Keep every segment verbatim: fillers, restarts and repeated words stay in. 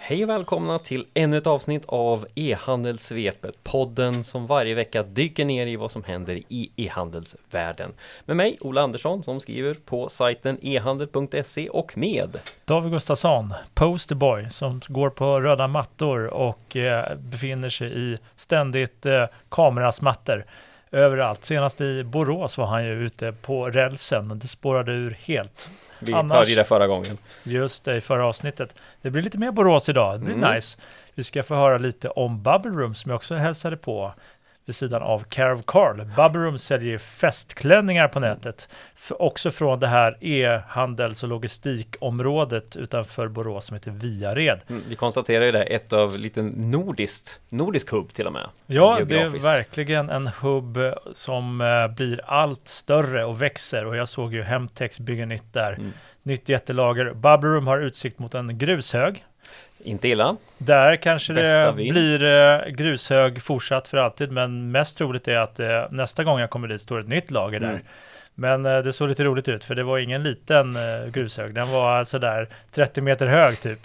Hej och välkomna till ännu ett avsnitt av e-handelssvepet, podden som varje vecka dyker ner i vad som händer i e-handelsvärlden. Med mig, Ola Andersson, som skriver på sajten e handel punkt se och med David Gustafsson, posterboy, som går på röda mattor och eh, befinner sig i ständigt eh, kamerasmattor överallt. Senast i Borås var han ju ute på rälsen och det spårade ur helt. Vi Annars, hörde det förra gången. Just det, i förra avsnittet. Det blir lite mer Borås idag, det blir mm. nice. Vi ska få höra lite om Bubble Room som jag också hälsade på vid sidan av Care of Carl. Bubble Room säljer festklänningar på nätet, för, också från det här e-handels- och logistikområdet utanför Borås som heter Viared. Mm, vi konstaterar ju det, ett av lite nordiskt, nordisk hubb till och med. Ja, det är verkligen en hubb som eh, blir allt större och växer, och jag såg ju Hemtex bygga nytt där. Mm. Nytt jättelager. Bubble Room har utsikt mot en grushög. Inte illa. Där kanske det blir eh, grushög fortsatt för alltid, men mest troligt är att eh, nästa gång jag kommer dit står ett nytt lager där. Mm. Men eh, det såg lite roligt ut, för det var ingen liten eh, grushög. Den var sådär trettio meter hög typ.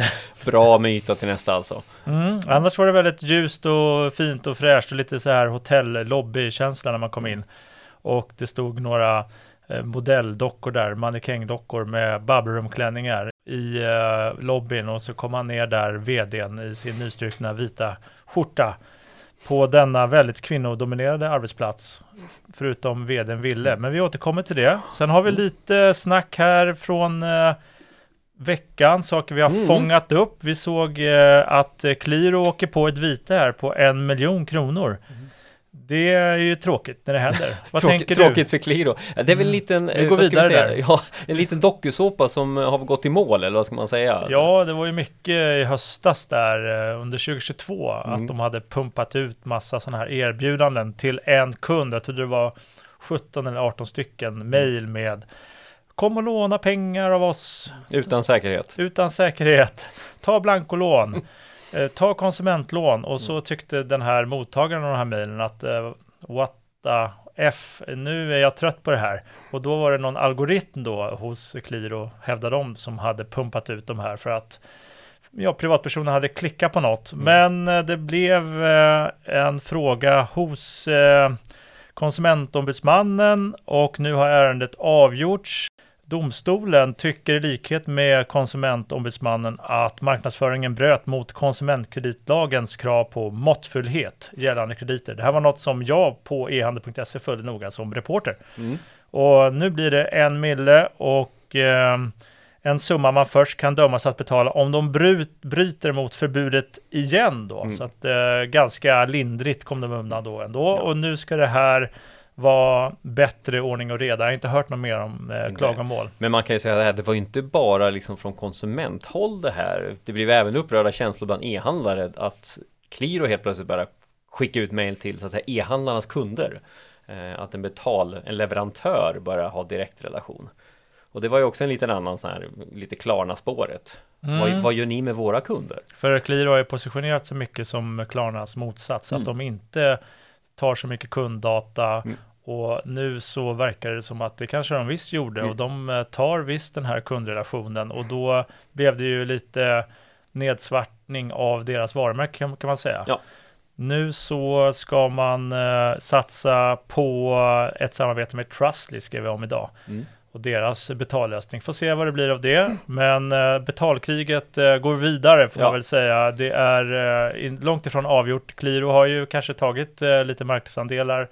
Bra med yta till nästa alltså. Mm. Annars var det väldigt ljust och fint och fräscht och lite så här hotell-lobby-känsla när man kom in. Och det stod några eh, modelldockor där, mannekängdockor med Bubble Room-klänningar i uh, lobbyn, och så kom han ner där, vdn i sin nystrukna vita skjorta på denna väldigt kvinnodominerade arbetsplats, förutom vdn ville. Men vi återkommer till det. Sen har vi lite snack här från uh, veckan, saker vi har mm. fångat upp. Vi såg uh, att Qliro åker på ett vite här på en miljon kronor. Mm. Det är ju tråkigt när det händer. Vad Tråkigt, tänker tråkigt du? för Qliro. Ja, det är väl en liten, vi går vidare där. Ja, en liten dokusåpa som har gått i mål, eller vad ska man säga? Ja, det var ju mycket i höstas där under tjugohundratjugotvå mm. att de hade pumpat ut massa sådana här erbjudanden till en kund. Jag tror det var sjutton eller arton stycken mejl med kom och låna pengar av oss. Utan säkerhet. Utan säkerhet. Ta blankolån. Ta konsumentlån. Och så tyckte den här mottagaren av de här mejlen att uh, what the F, nu är jag trött på det här. Och då var det någon algoritm då hos Qliro, hävdade de, som hade pumpat ut de här för att ja, privatpersoner hade klickat på något. Mm. Men uh, det blev uh, en fråga hos uh, konsumentombudsmannen, och nu har ärendet avgjorts. Domstolen tycker i likhet med konsumentombudsmannen att marknadsföringen bröt mot konsumentkreditlagens krav på måttfullhet gällande krediter. Det här var något som jag på e handel punkt se följde noga som reporter. Mm. Och nu blir det en mille och eh, en summa man först kan dömas att betala om de bryt, bryter mot förbudet igen då. Mm. Så att eh, ganska lindrigt kom de undan då ändå. Ja. Och nu ska det här var bättre ordning och reda. Jag har inte hört något mer om eh, klagomål. Men man kan ju säga att det här, det var ju inte bara liksom från konsumenthåll det här. Det blev även upprörda känslor bland e-handlare att Qliro helt plötsligt bara skicka ut mejl till så att säga e-handlarnas kunder. Eh, att en betal, en leverantör bara ha direkt relation. Och det var ju också en liten annan sån här, lite Klarna-spåret. Mm. Vad, vad gör ni med våra kunder? För Qliro har ju positionerat så mycket som Klarnas motsats, mm. att de inte tar så mycket kunddata mm. och nu så verkar det som att det kanske de visst gjorde mm. och de tar visst den här kundrelationen, och då blev det ju lite nedsvartning av deras varumärke kan, kan man säga. Ja. Nu så ska man uh, satsa på ett samarbete med Trustly, skrev vi om idag. Mm. Och deras betallösning. Får se vad det blir av det. Mm. Men uh, betalkriget uh, går vidare, får ja. man väl säga. Det är uh, in, långt ifrån avgjort. Qliro har ju kanske tagit uh, lite marknadsandelar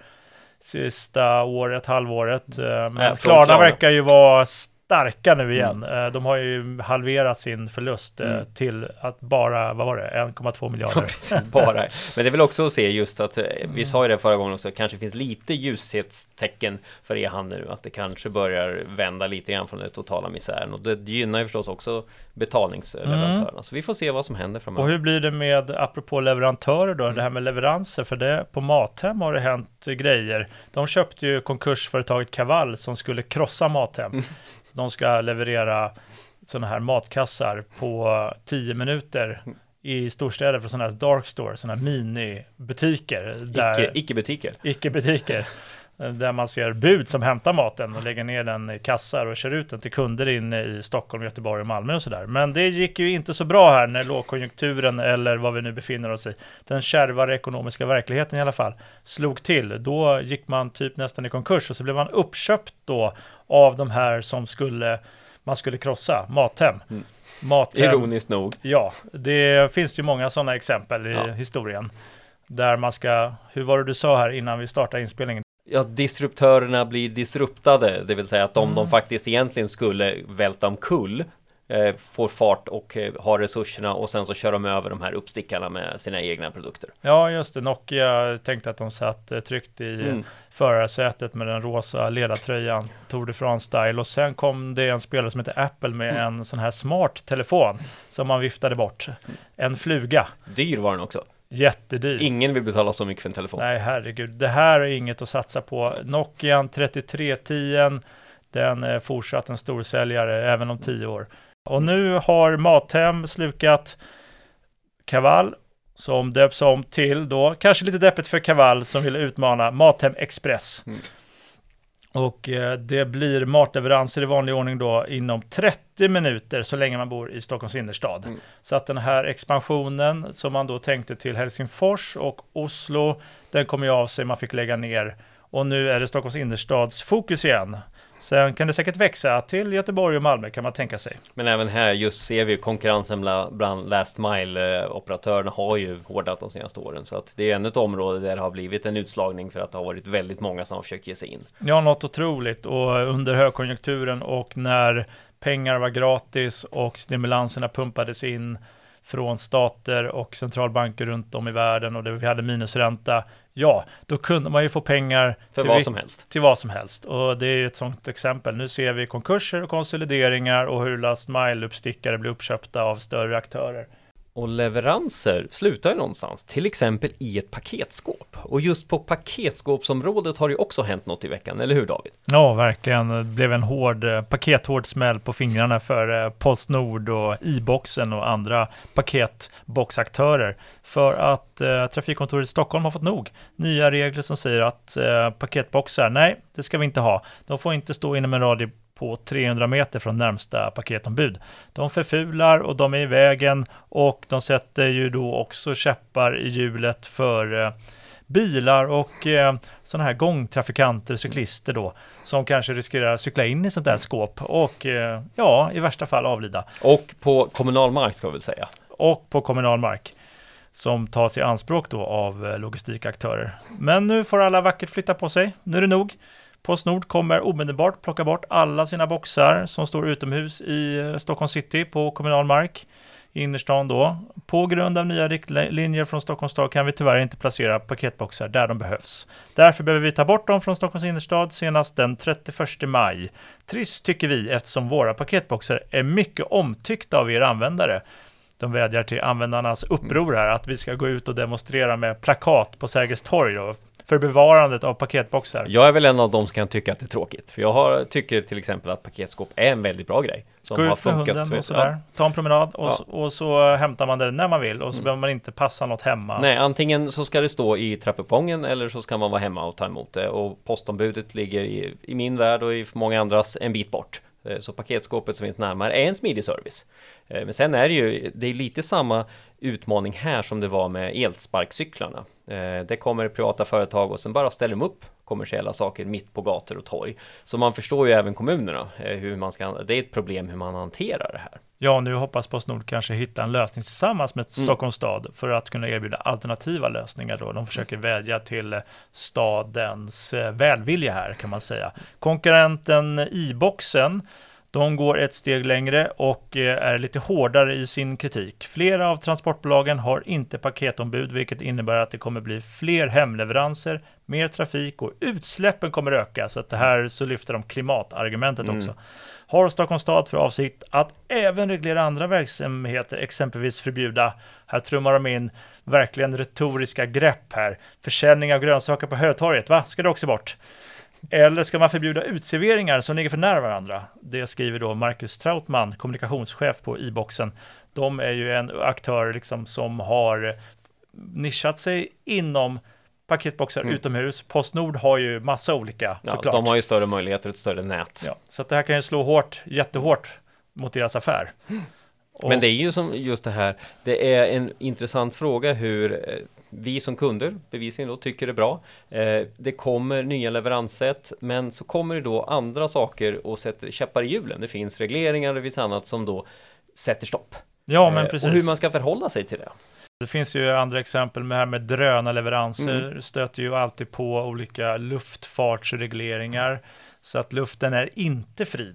sista året, halvåret. Uh, men ja, Klarna, Klarna verkar ju vara starka nu igen. Mm. Uh, de har ju halverat sin förlust uh, mm. till att bara, vad var det, en komma två miljarder. Ja, precis, bara. Men det är väl också att se just att, uh, vi mm. sa ju det förra gången också, kanske finns lite ljushetstecken för e-handel nu, att det kanske börjar vända lite grann från den totala misären, och det gynnar ju förstås också betalningsleverantörerna. Mm. Så vi får se vad som händer framöver. Och hur blir det med, apropå leverantörer då, mm. det här med leveranser, för det på Mathem har det hänt grejer. De köpte ju konkursföretaget Kaval som skulle krossa Mathem. Mm. De ska leverera sådana här matkassar på tio minuter i storstäder för sådana här dark store, sådana här minibutiker. Icke, icke-butiker. Icke-butiker. där man ser bud som hämtar maten och lägger ner den i kassar och kör ut den till kunder inne i Stockholm, Göteborg och Malmö och sådär. Men det gick ju inte så bra här när lågkonjunkturen, eller vad vi nu befinner oss i, den kärvare ekonomiska verkligheten i alla fall, slog till. Då gick man typ nästan i konkurs och så blev man uppköpt då av de här som skulle, man skulle krossa, Mathem. Mm. Mathem. Ironiskt nog. Ja, det finns ju många sådana exempel i ja. historien. Där man ska, hur var det du sa här innan vi startade inspelningen? Ja, disruptörerna blir disruptade, det vill säga att om mm. de faktiskt egentligen skulle välta omkull, eh, får fart och eh, har resurserna och sen så kör de över de här uppstickarna med sina egna produkter. Ja, just det. Nokia tänkte att de satt eh, tryckt i mm. förarsätet med den rosa ledartröjan, Tour de France-style, och sen kom det en spelare som heter Apple med mm. en sån här smart telefon som man viftade bort. En fluga. Dyr var den också. Jättedyr. Ingen vill betala så mycket för en telefon. Nej, herregud. Det här är inget att satsa på. Nokia trettiotre tio, den är fortsatt en storsäljare även om tio år. Och nu har Mathem slukat Kaval, som döps om till då, kanske lite deppigt för Kaval som vill utmana Mathem Express. Mm. Och eh, det blir matleveranser i vanlig ordning då inom trettio minuter så länge man bor i Stockholms innerstad. Mm. Så att den här expansionen som man då tänkte till Helsingfors och Oslo, den kom ju av sig, man fick lägga ner. Och nu är det Stockholms innerstads fokus igen. Sen kan det säkert växa till Göteborg och Malmö, kan man tänka sig. Men även här just ser vi konkurrensen bland last mile-operatörerna har ju hårdat de senaste åren. Så att det är ännu ett område där det har blivit en utslagning för att det har varit väldigt många som har försökt ge sig in. Ja, något otroligt. Och under högkonjunkturen och när pengar var gratis och stimulanserna pumpades in från stater och centralbanker runt om i världen och det vi hade minusränta, ja, då kunde man ju få pengar för till vad vi- som helst. till vad som helst. Och det är ju ett sånt exempel. Nu ser vi konkurser och konsolideringar och hur last mile-uppstickare blir uppköpta av större aktörer. Och leveranser slutar ju någonstans, till exempel i ett paketskåp. Och just på paketskåpsområdet har det ju också hänt något i veckan, eller hur David? Ja, verkligen. Det blev en hård, pakethård smäll på fingrarna för Postnord och i-boxen och andra paketboxaktörer. För att eh, Trafikkontoret i Stockholm har fått nog. Nya regler som säger att eh, paketboxar, nej, det ska vi inte ha. De får inte stå inom en radie på trehundra meter från närmsta paketombud. De förfular och de är i vägen och de sätter ju då också käppar i hjulet för eh, bilar och eh, sådana här gångtrafikanter, cyklister då, som kanske riskerar att cykla in i sånt där skåp och eh, ja, i värsta fall avlida. Och på kommunal mark ska vi väl säga. Och på kommunal mark som tas i anspråk då av eh, logistikaktörer. Men nu får alla vackert flytta på sig. Nu är det nog. Postnord kommer omedelbart plocka bort alla sina boxar som står utomhus i Stockholm city på kommunal mark i innerstan då. På grund av nya riktlinjer från Stockholms stad kan vi tyvärr inte placera paketboxar där de behövs. Därför behöver vi ta bort dem från Stockholms innerstad senast den trettioförsta maj. Trist tycker vi eftersom våra paketboxar är mycket omtyckta av er användare. De vädjar till användarnas uppror här att vi ska gå ut och demonstrera med plakat på Sergels torg då, för bevarandet av paketboxar. Jag är väl en av dem som kan tycka att det är tråkigt. För jag har, tycker till exempel att paketskåp är en väldigt bra grej. Som gå har ut med funkat. hunden och sådär. Ja. Ta en promenad och, ja. så, och så hämtar man det när man vill. Och så mm. behöver man inte passa något hemma. Nej, antingen så ska det stå i trappuppgången eller så ska man vara hemma och ta emot det. Och postombudet ligger i, i min värld och i många andras en bit bort. Så paketskåpet som finns närmare är en smidig service. Men sen är det ju, det är lite samma utmaning här som det var med elsparkcyklarna. Det kommer privata företag och sen bara ställer de upp kommersiella saker mitt på gator och torg. Så man förstår ju även kommunerna hur man ska, det är ett problem hur man hanterar det här. Ja, nu hoppas Postnord kanske hitta en lösning tillsammans med Mm. Stockholms stad för att kunna erbjuda alternativa lösningar då. De försöker vädja till stadens välvilja här kan man säga. Konkurrenten i-boxen, de går ett steg längre och är lite hårdare i sin kritik. Flera av transportbolagen har inte paketombud, vilket innebär att det kommer bli fler hemleveranser, mer trafik och utsläppen kommer öka. Så att det här så lyfter de klimatargumentet Mm. också. Har Stockholms stad för avsikt att även reglera andra verksamheter, exempelvis förbjuda, här trummar de in verkligen retoriska grepp här, försäljning av grönsaker på Hötorget, va? Ska det också bort? Eller ska man förbjuda utserveringar som ligger för nära varandra? Det skriver då Marcus Trautman, kommunikationschef på i-boxen. De är ju en aktör liksom som har nischat sig inom paketboxar Mm. utomhus. Postnord har ju massa olika, Ja, såklart. de har ju större möjligheter och ett större nät. Ja, så att det här kan ju slå hårt, jättehårt mot deras affär. Och, Men det är ju som just det här, det är en intressant fråga hur eh, vi som kunder bevisligen då tycker det är bra. Eh, det kommer nya leveranssätt, men så kommer det då andra saker och sätter käppar i hjulen. Det finns regleringar, det finns annat som då sätter stopp. ja, men Eh, precis. och hur man ska förhålla sig till det. Det finns ju andra exempel med här med drönarleveranser. Mm. Stöter ju alltid på olika luftfartsregleringar. Så att luften är inte fri.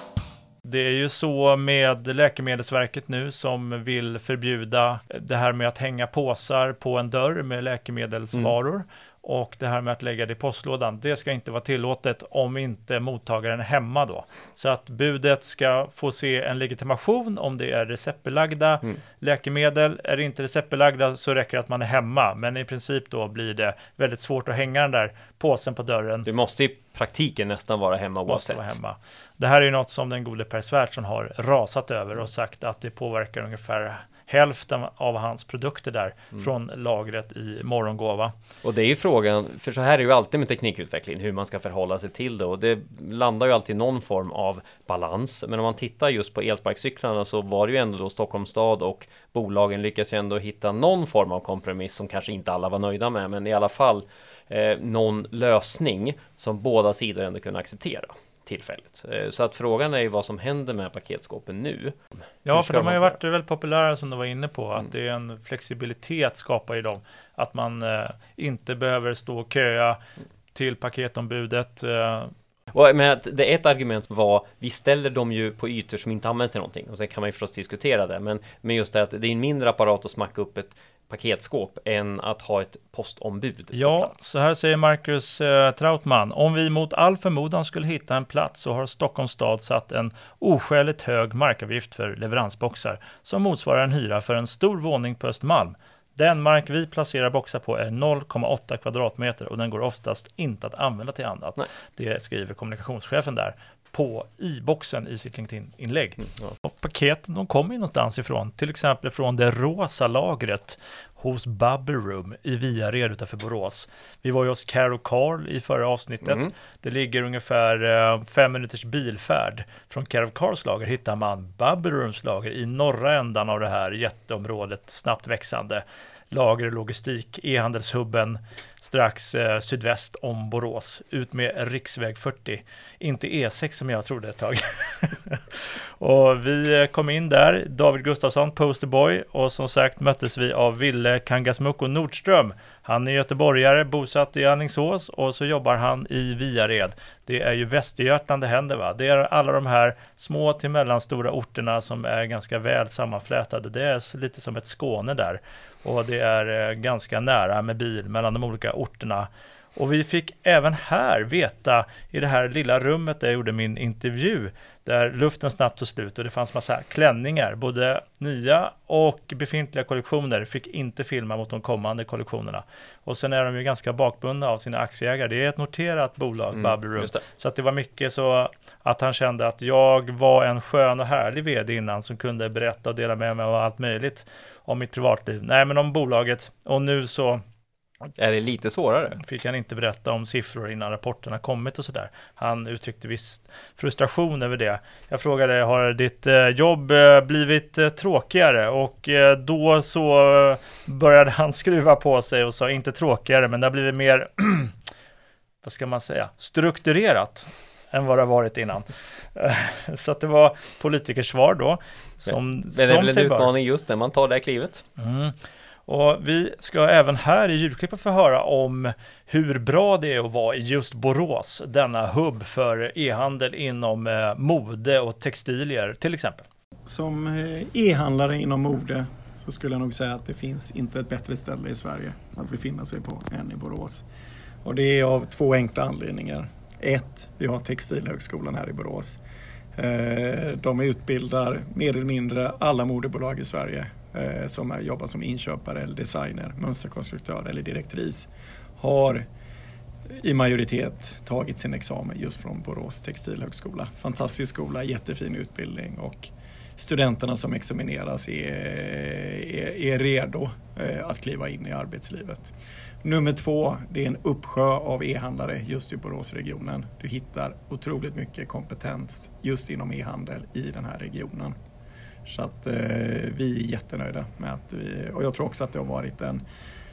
Det är ju så med Läkemedelsverket nu som vill förbjuda det här med att hänga påsar på en dörr med läkemedelsvaror. Mm. Och det här med att lägga det i postlådan, det ska inte vara tillåtet om inte mottagaren är hemma då. Så att budet ska få se en legitimation om det är receptbelagda mm. läkemedel. Är det inte receptbelagda så räcker det att man är hemma. Men i princip då blir det väldigt svårt att hänga den där påsen på dörren. Du måste i praktiken nästan vara hemma oavsett. Vara hemma. Det här är ju något som den gode Per Svärdson har rasat över och sagt att det påverkar ungefär hälften av hans produkter där mm. från lagret i Morgongåva. Och det är ju frågan, för så här är ju alltid med teknikutveckling, hur man ska förhålla sig till det. Och det landar ju alltid i någon form av balans. Men om man tittar just på elsparkcyklarna så var det ju ändå då Stockholms stad och bolagen lyckas ju ändå hitta någon form av kompromiss som kanske inte alla var nöjda med. Men i alla fall eh, någon lösning som båda sidor ändå kunde acceptera tillfälligt. Så att frågan är ju vad som händer med paketskåpen nu. Ja, för de har ju varit väldigt populära som du var inne på. Att mm. det är en flexibilitet skapar ju dem. Att man eh, inte behöver stå och köa till paketombudet. Eh. Och med att det är ett argument var, vi ställer dem ju på ytor som inte används till någonting. Och sen kan man ju förstås diskutera det. Men, men just det att det är en mindre apparat att smacka upp ett paketskåp än att ha ett postombud. Ja, så här säger Marcus eh, Trautman. Om vi mot all förmodan skulle hitta en plats så har Stockholms stad satt en oskäligt hög markavgift för leveransboxar som motsvarar en hyra för en stor våning på Östermalm. Den mark vi placerar boxar på är noll komma åtta kvadratmeter och den går oftast inte att använda till annat. Nej. Det skriver kommunikationschefen där på i boxen i sitt LinkedIn-inlägg. Mm, ja. Och paketen, de kommer ju någonstans ifrån. Till exempel från det rosa lagret hos Bubble Room i Viared utanför Borås. Vi var ju hos Carol Carl i förra avsnittet. Mm. Det ligger ungefär eh, fem minuters bilfärd. Från Carol Carls lager hittar man Bubble Rooms lager i norra ändan av det här jätteområdet, snabbt växande. Lager och logistik, e-handelshubben strax eh, sydväst om Borås, ut med riksväg fyrtio, inte E sex som jag trodde ett tag. Och vi kom in där, David Gustafsson, posterboy, och som sagt möttes vi av Ville Kangasmuko Nordström. Han är göteborgare, bosatt i Alingsås, och så jobbar han i Viared. Det är ju Västergötland det händer, va? Det är alla de här små till mellanstora orterna som är ganska väl sammanflätade. Det är lite som ett Skåne där. Och det är ganska nära med bil mellan de olika orterna. Och vi fick även här veta i det här lilla rummet där jag gjorde min intervju, där luften snabbt tog slut och det fanns massa klänningar, både nya och befintliga kollektioner, fick inte filma mot de kommande kollektionerna. Och sen är de ju ganska bakbundna av sina aktieägare. Det är ett noterat bolag, mm, Bubble Room. Så att det var mycket så att han kände att jag var en skön och härlig vd innan som kunde berätta och dela med mig av allt möjligt om mitt privatliv. Nej, men om bolaget. Och nu så är det lite svårare. Fick han inte berätta om siffror innan rapporterna kommit och sådär. Han uttryckte viss frustration över det. Jag frågade, har ditt jobb blivit tråkigare? Och då så började han skruva på sig och sa inte tråkigare, men det har blivit mer, vad ska man säga, strukturerat än vad det har varit innan. Så att det var politikersvar då. Som, men det är väl en utmaning just när man tar det här klivet. Mm. Och vi ska även här i julklippet få höra om hur bra det är att vara i just Borås, denna hubb för e-handel inom eh, mode och textilier till exempel. Som e-handlare inom mode så skulle jag nog säga att det finns inte ett bättre ställe i Sverige att befinna sig på än i Borås. Och det är av två enkla anledningar. Ett, vi har Textilhögskolan här i Borås. De utbildar mer eller mindre alla modebolag i Sverige som jobbar som inköpare eller designer, mönsterkonstruktör eller direktris har i majoritet tagit sin examen just från Borås Textilhögskola. Fantastisk skola, jättefin utbildning, och studenterna som examineras är, är, är redo att kliva in i arbetslivet. Nummer två, det är en uppsjö av e-handlare just i Boråsregionen. Du hittar otroligt mycket kompetens just inom e-handel i den här regionen. Så att eh, vi är jättenöjda med att vi, och jag tror också att det har varit en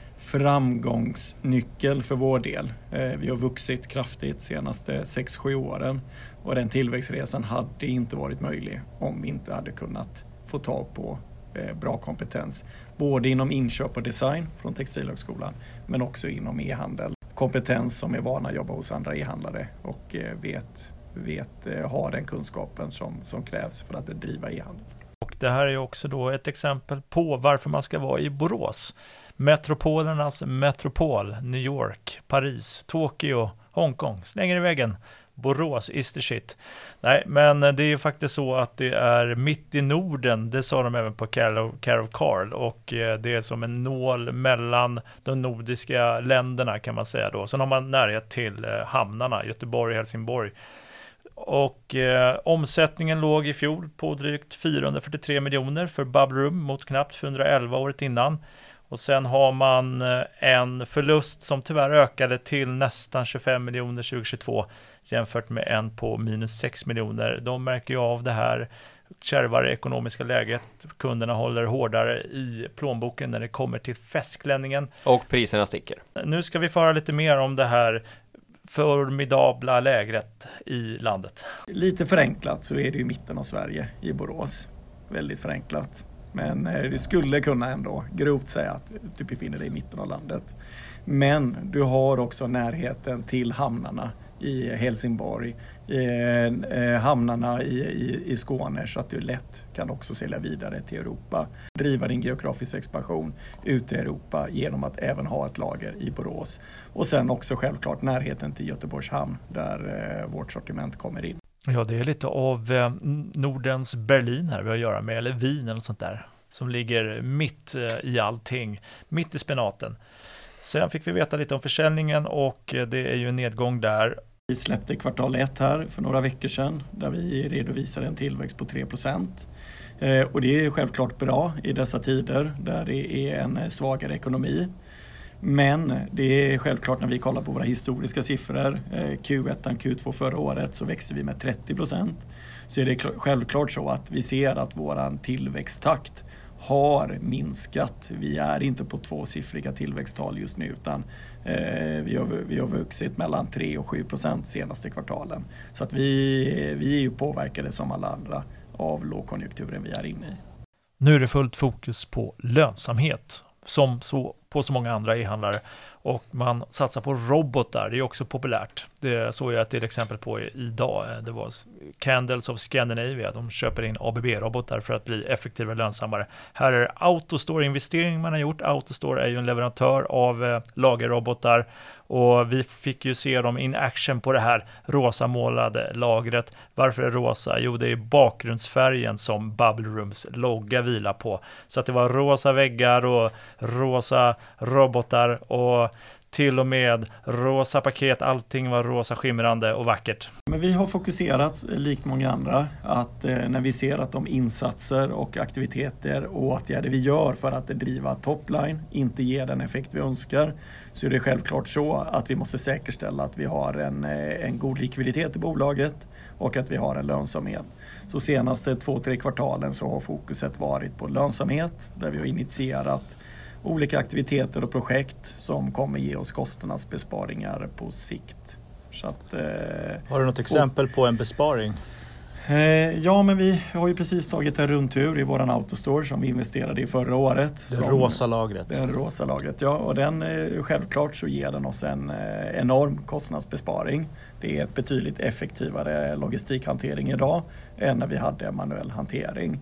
framgångsnyckel för vår del. Eh, vi har vuxit kraftigt de senaste sex sju åren och den tillväxtresan hade inte varit möjlig om vi inte hade kunnat få tag på eh, bra kompetens. Både inom inköp och design från Textilhögskolan men också inom e-handel. Kompetens som är vana att jobba hos andra e-handlare och eh, vet, vet eh, har den kunskapen som, som krävs för att driva e-handel. Och det här är också då ett exempel på varför man ska vara i Borås. Metropolernas metropol, New York, Paris, Tokyo, Hongkong, slänger i väggen. Borås is the shit. Nej, men det är ju faktiskt så att det är mitt i Norden, det sa de även på Care of Carl, och det är som en nål mellan de nordiska länderna kan man säga då. Sen har man närhet till hamnarna, Göteborg och Helsingborg. Och eh, omsättningen låg i fjol på drygt fyrahundrafyrtiotre miljoner för Bubble Room mot knappt fyrahundraelva året innan. Och sen har man en förlust som tyvärr ökade till nästan tjugofem miljoner tjugohundratjugotvå jämfört med en på minus sex miljoner. De märker ju av det här kärvare ekonomiska läget. Kunderna håller hårdare i plånboken när det kommer till festklänningen. Och priserna sticker. Nu ska vi få höra lite mer om det här formidabla lägret i landet. Lite förenklat så är det i mitten av Sverige i Borås. Väldigt förenklat. Men det skulle kunna ändå grovt säga att du befinner dig i mitten av landet. Men du har också närheten till hamnarna i Helsingborg, eh, hamnarna i, i, i Skåne så att du lätt kan också sälja vidare till Europa. Driva din geografiska expansion ut i Europa genom att även ha ett lager i Borås. Och sen också självklart närheten till Göteborgs hamn där eh, vårt sortiment kommer in. Ja, det är lite av eh, Nordens Berlin här vi har att göra med, eller Wien eller sånt där, som ligger mitt eh, i allting, mitt i spenaten. Sen fick vi veta lite om försäljningen och eh, det är ju en nedgång där. Vi släppte kvartal ett här för några veckor sedan där vi redovisade en tillväxt på tre procent. Eh, och det är självklart bra i dessa tider där det är en svagare ekonomi. Men det är självklart när vi kollar på våra historiska siffror, Q ett och Q två förra året så växte vi med trettio procent. Så är det självklart så att vi ser att våran tillväxttakt har minskat. Vi är inte på tvåsiffriga tillväxttal just nu utan eh, vi, har, vi har vuxit mellan tre och sju procent senaste kvartalen. Så att vi, vi är ju påverkade som alla andra av lågkonjunkturen vi är inne i. Nu är det fullt fokus på lönsamhet som så på så många andra e-handlare och man satsar på robotar, det är också populärt. Det såg jag till exempel på idag, det var Candles of Scandinavia, de köper in A B B-robotar för att bli effektivare och lönsammare. Här är Autostore-investering man har gjort. Autostore är ju en leverantör av lagerrobotar och vi fick ju se dem in action på det här rosa målade lagret. Varför är det rosa? Jo, det är bakgrundsfärgen som Bubble Rooms logga vilar på. Så att det var rosa väggar och rosa robotar och till och med rosa paket, allting var rosa skimrande och vackert. Men vi har fokuserat, likt många andra, att eh, när vi ser att de insatser och aktiviteter och åtgärder vi gör för att driva topline inte ger den effekt vi önskar, så är det självklart så att vi måste säkerställa att vi har en, en god likviditet i bolaget och att vi har en lönsamhet. Så senaste två, tre kvartalen så har fokuset varit på lönsamhet, där vi har initierat olika aktiviteter och projekt som kommer ge oss kostnadsbesparingar på sikt. Så att, eh, har du något exempel och, på en besparing? Eh, ja, men vi har ju precis tagit en rundtur i våran Autostore som vi investerade i förra året. Det som, rosa lagret. Det rosa lagret, ja. Och den, eh, självklart så ger den oss en eh, enorm kostnadsbesparing. Det är ett betydligt effektivare logistikhantering idag än när vi hade manuell hantering.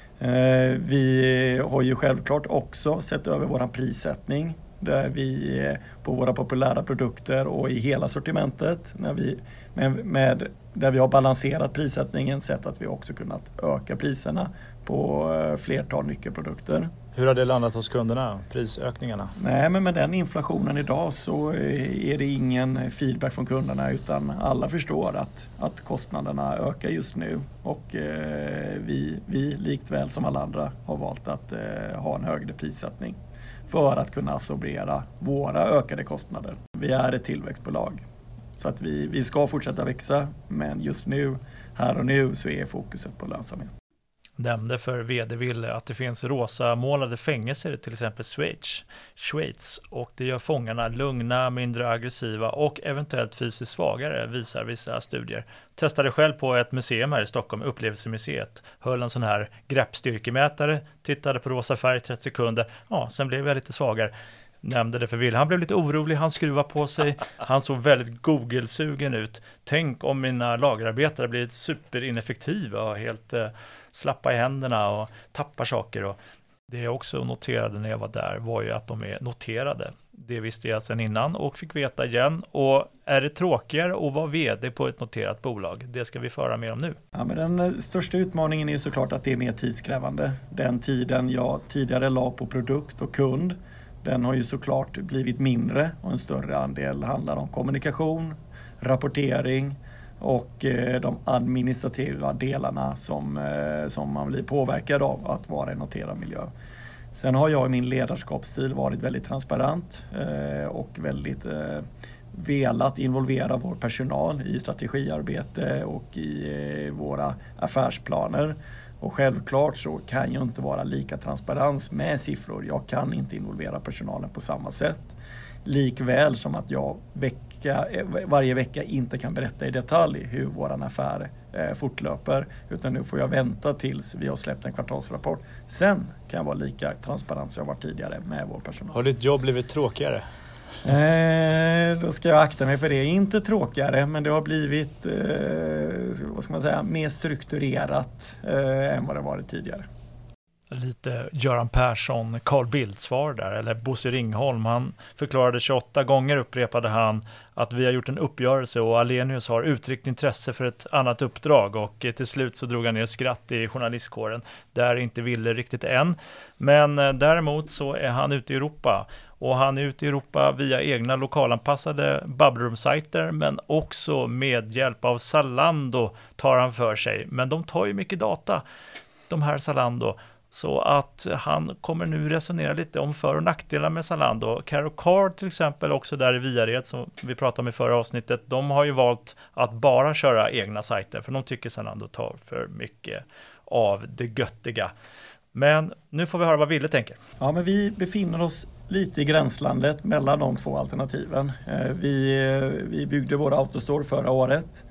Vi har ju självklart också sett över våran prissättning där vi på våra populära produkter och i hela sortimentet när vi, med, med, där vi har balanserat prissättningen sett att vi också kunnat öka priserna på flertal nyckelprodukter. Hur har det landat hos kunderna, prisökningarna? Nej, men med den inflationen idag så är det ingen feedback från kunderna utan alla förstår att, att kostnaderna ökar just nu och eh, vi, vi likt väl som alla andra har valt att eh, ha en högre prissättning. för att kunna absorbera våra ökade kostnader. Vi är ett tillväxtbolag så att vi, vi ska fortsätta växa, men just nu, här och nu, så är fokuset på lönsamhet. Nämnde för vd Ville att det finns rosa målade fängelser i till exempel Schweiz, Schweiz och det gör fångarna lugna, mindre aggressiva och eventuellt fysiskt svagare, visar vissa studier. Testade själv på ett museum här i Stockholm, Upplevelsemuseet, höll en sån här greppstyrkemätare, tittade på rosa färg trettio sekunder, ja, sen blev jag lite svagare. Nämnde det för Will. Han blev lite orolig, han skruvade på sig, han såg väldigt Google-sugen ut. Tänk om mina lagerarbetare blir superineffektiva och helt eh, slappa i händerna och tappar saker. Och det jag också noterade när jag var där var ju att de är noterade. Det visste jag sedan innan och fick veta igen. Och är det tråkigare att vara vd på ett noterat bolag? Det ska vi föra mer om nu. Ja, men den största utmaningen är såklart att det är mer tidskrävande. Den tiden jag tidigare la på produkt och kund, den har ju såklart blivit mindre och en större andel handlar om kommunikation, rapportering och eh, de administrativa delarna som, eh, som man blir påverkad av att vara en noterad miljö. Sen har jag i min ledarskapsstil varit väldigt transparent eh, och väldigt eh, velat involvera vår personal i strategiarbete och i eh, våra affärsplaner. Och självklart så kan jag inte vara lika transparens med siffror. Jag kan inte involvera personalen på samma sätt. Likväl som att jag vecka, varje vecka inte kan berätta i detalj hur våran affär eh, fortlöper. Utan nu får jag vänta tills vi har släppt en kvartalsrapport. Sen kan jag vara lika transparent som jag var tidigare med vår personal. Har ditt jobb blivit tråkigare? Eh, då ska jag akta mig för det. Inte tråkigare, men det har blivit eh, vad ska man säga, mer strukturerat eh, än vad det varit tidigare. Lite Göran Persson, Carl Bildt-svar där, eller Bosse Ringholm. Han förklarade tjugoåtta gånger, upprepade han, att vi har gjort en uppgörelse och Alenius har uttryckt intresse för ett annat uppdrag och till slut så drog han ner skratt i journalistkåren. Där inte ville riktigt än, men däremot så är han ute i Europa och han är ute i Europa via egna lokalanpassade Bubbleroom-sajter, men också med hjälp av Zalando tar han för sig. Men de tar ju mycket data, de här Zalando. Så att han kommer nu resonera lite om för- och nackdelar med Zalando. Caro Card till exempel, också där i Viared som vi pratade om i förra avsnittet, de har ju valt att bara köra egna sajter för de tycker Zalando tar för mycket av det göttiga. Men nu får vi höra vad Ville tänker. Ja, men vi befinner oss lite i gränslandet mellan de två alternativen. Vi, vi byggde vår autostore förra året.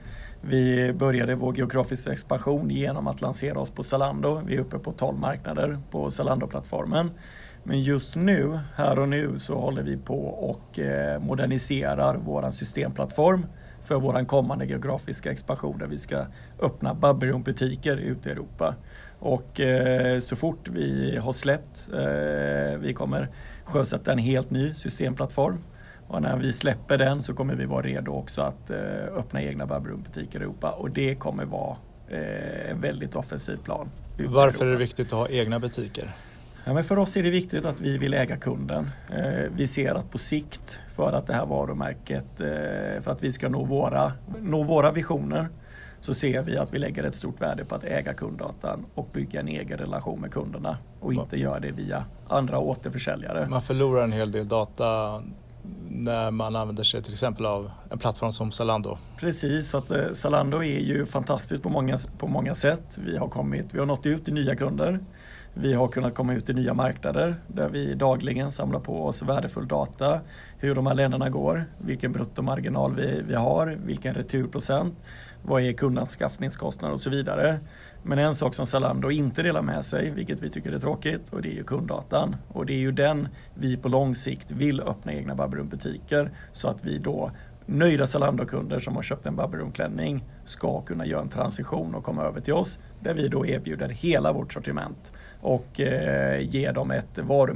Vi började vår geografiska expansion genom att lansera oss på Zalando. Vi är uppe på tolv marknader på Zalando-plattformen. Men just nu, här och nu, så håller vi på och moderniserar vår systemplattform för vår kommande geografiska expansion där vi ska öppna Bubbleroom-butiker ute i Europa. Och eh, så fort vi har släppt, eh, vi kommer sjösätta en helt ny systemplattform. Och när vi släpper den så kommer vi vara redo också att eh, öppna egna Bubbleroom-butiker i Europa. Och det kommer vara eh, en väldigt offensiv plan. Varför är det viktigt att ha egna butiker? Ja, men för oss är det viktigt att vi vill äga kunden. Eh, vi ser att på sikt, för att det här varumärket, eh, för att vi ska nå våra, nå våra visioner, så ser vi att vi lägger ett stort värde på att äga kunddatan och bygga en egen relation med kunderna och inte göra det via andra återförsäljare. Man förlorar en hel del data när man använder sig till exempel av en plattform som Zalando. Precis, så att eh, Zalando är ju fantastiskt på många, på många sätt. Vi har, kommit, vi har nått ut till nya kunder. Vi har kunnat komma ut i nya marknader där vi dagligen samlar på oss värdefull data. Hur de här länderna går, vilken bruttomarginal vi, vi har, vilken returprocent, vad är kundanskaffningskostnader och så vidare. Men en sak som Zalando inte delar med sig, vilket vi tycker är tråkigt, och det är ju kunddatan. Och det är ju den vi på lång sikt vill öppna egna Bubbleroom-butiker så att vi då nöjda Zalando-kunder som har köpt en Bubbleroom-klänning ska kunna göra en transition och komma över till oss där vi då erbjuder hela vårt sortiment och eh, ger dem ett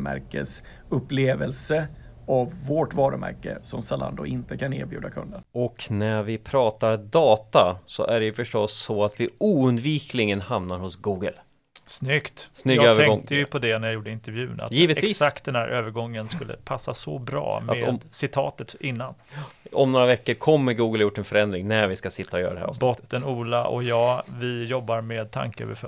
varumärkesupplevelse av vårt varumärke som Zalando inte kan erbjuda kunden. Och när vi pratar data så är det ju förstås så att vi oundvikligen hamnar hos Google. Snyggt. Snygg jag övergång. tänkte ju på det när jag gjorde intervjun. Att Givetvis. Exakt den här övergången skulle passa så bra med om, citatet innan. Om några veckor kommer Google gjort en förändring när vi ska sitta och göra det här avsnittet. Botten, Ola och jag, vi jobbar med tankeöverföring.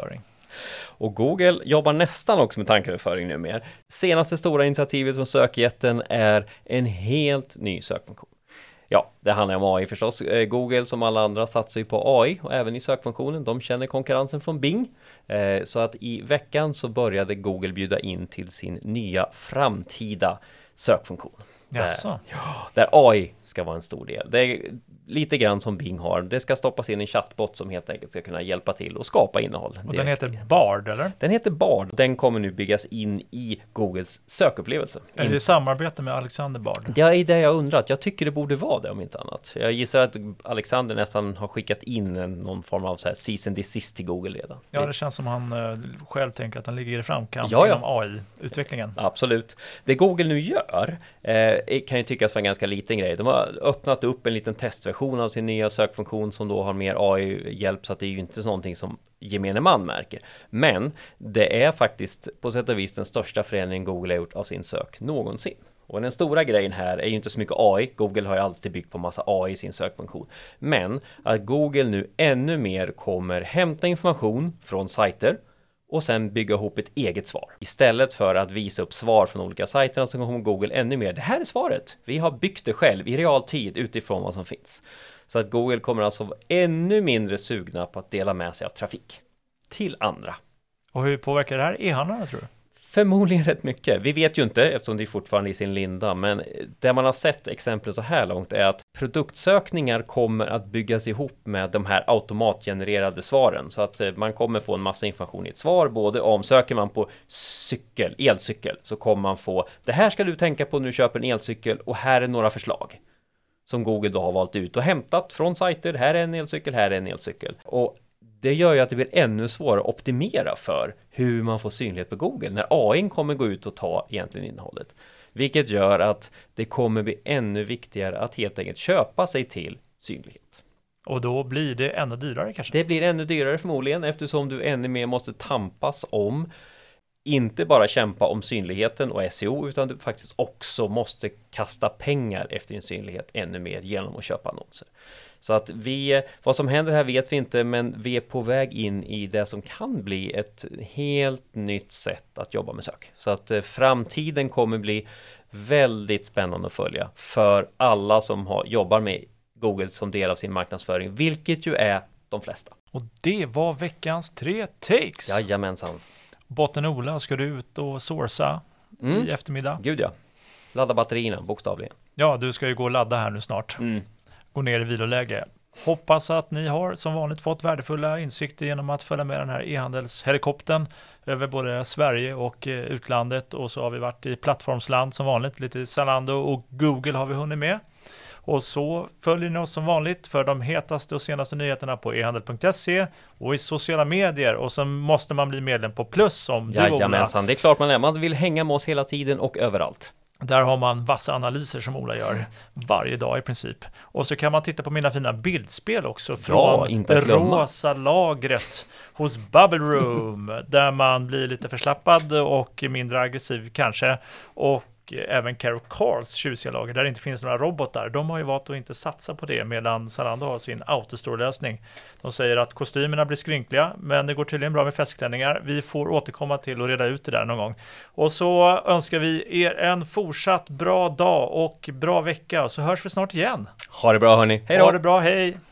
Och Google jobbar nästan också med tankeöverföring nu mer. Senaste stora initiativet från sökjätten är en helt ny sökfunktion. Ja, det handlar om A I förstås. Google som alla andra satsar ju på A I och även i sökfunktionen. De känner konkurrensen från Bing. Så att i veckan så började Google bjuda in till sin nya framtida sökfunktion. Jaså? Där, där A I ska vara en stor del. Det är lite grann som Bing har. Det ska stoppas in en chattbot som helt enkelt ska kunna hjälpa till och skapa innehåll. Och den heter Bard, eller? Den heter Bard. Den kommer nu byggas in i Googles sökupplevelse. Är det i samarbete med Alexander Bard? Ja, i det jag undrat. Jag tycker det borde vara det om inte annat. Jag gissar att Alexander nästan har skickat in en, någon form av så här cease and desist till Google redan. Ja, det känns som han uh, själv tänker att han ligger i framkant ja, ja. inom A I-utvecklingen. Absolut. Det Google nu gör eh, kan ju tyckas vara en ganska liten grej. De har öppnat upp en liten testversion av sin nya sökfunktion som då har mer A I-hjälp, så att det är ju inte någonting som gemene man märker. Men det är faktiskt på sätt och vis den största förändringen Google har gjort av sin sök någonsin. Och den stora grejen här är ju inte så mycket A I. Google har ju alltid byggt på massa A I i sin sökfunktion. Men att Google nu ännu mer kommer hämta information från sajter och sen bygga ihop ett eget svar. Istället för att visa upp svar från olika sajter så kommer Google ännu mer. Det här är svaret. Vi har byggt det själv i realtid utifrån vad som finns. Så att Google kommer alltså vara ännu mindre sugna på att dela med sig av trafik till andra. Och hur påverkar det här e-handlarna, tror du? Förmodligen rätt mycket. Vi vet ju inte eftersom det är fortfarande i sin linda, men det man har sett exempel så här långt är att produktsökningar kommer att byggas ihop med de här automatgenererade svaren, så att man kommer få en massa information i ett svar, både om söker man på cykel, elcykel, så kommer man få det här ska du tänka på när du köper en elcykel och här är några förslag som Google då har valt ut och hämtat från sajter. Här är en elcykel, här är en elcykel. Och det gör ju att det blir ännu svårare att optimera för hur man får synlighet på Google när A I kommer gå ut och ta egentligen innehållet. Vilket gör att det kommer bli ännu viktigare att helt enkelt köpa sig till synlighet. Och då blir det ännu dyrare kanske? Det blir ännu dyrare förmodligen, eftersom du ännu mer måste tampas om, inte bara kämpa om synligheten och S E O, utan du faktiskt också måste kasta pengar efter din synlighet ännu mer genom att köpa annonser. Så att vi, vad som händer här vet vi inte, men vi är på väg in i det som kan bli ett helt nytt sätt att jobba med sök. Så att eh, framtiden kommer bli väldigt spännande att följa för alla som har, jobbar med Google som del av sin marknadsföring, vilket ju är de flesta. Och det var veckans tre takes. Jajamensan. Botten Ola, ska du ut och sourca mm. i eftermiddag? Gud ja. Ladda batterierna, bokstavligen. Ja, du ska ju gå och ladda här nu snart. Mm. Gå ner i viloläge. Hoppas att ni har som vanligt fått värdefulla insikter genom att följa med den här e-handelshelikoptern över både Sverige och utlandet. Och så har vi varit i plattformsland som vanligt. Lite Zalando och Google har vi hunnit med. Och så följer ni oss som vanligt för de hetaste och senaste nyheterna på e handel punkt se och i sociala medier. Och så måste man bli medlem på Plus som du, Ola. Jajamensan, det är klart man är. Man vill hänga med oss hela tiden och överallt. Där har man vassa analyser som Ola gör varje dag i princip. Och så kan man titta på mina fina bildspel också från det rosa lagret hos Bubble Room. Där man blir lite förslappad och mindre aggressiv kanske. Och även Caro Carls tjusiga lager där det inte finns några robotar. De har ju valt att inte satsa på det medan Zalando har sin autostore-lösning. De säger att kostymerna blir skrynkliga men det går tydligen bra med festklänningar. Vi får återkomma till och reda ut det där någon gång. Och så önskar vi er en fortsatt bra dag och bra vecka, så hörs vi snart igen. Ha det bra hörni. Hej då. Ha det bra, hej.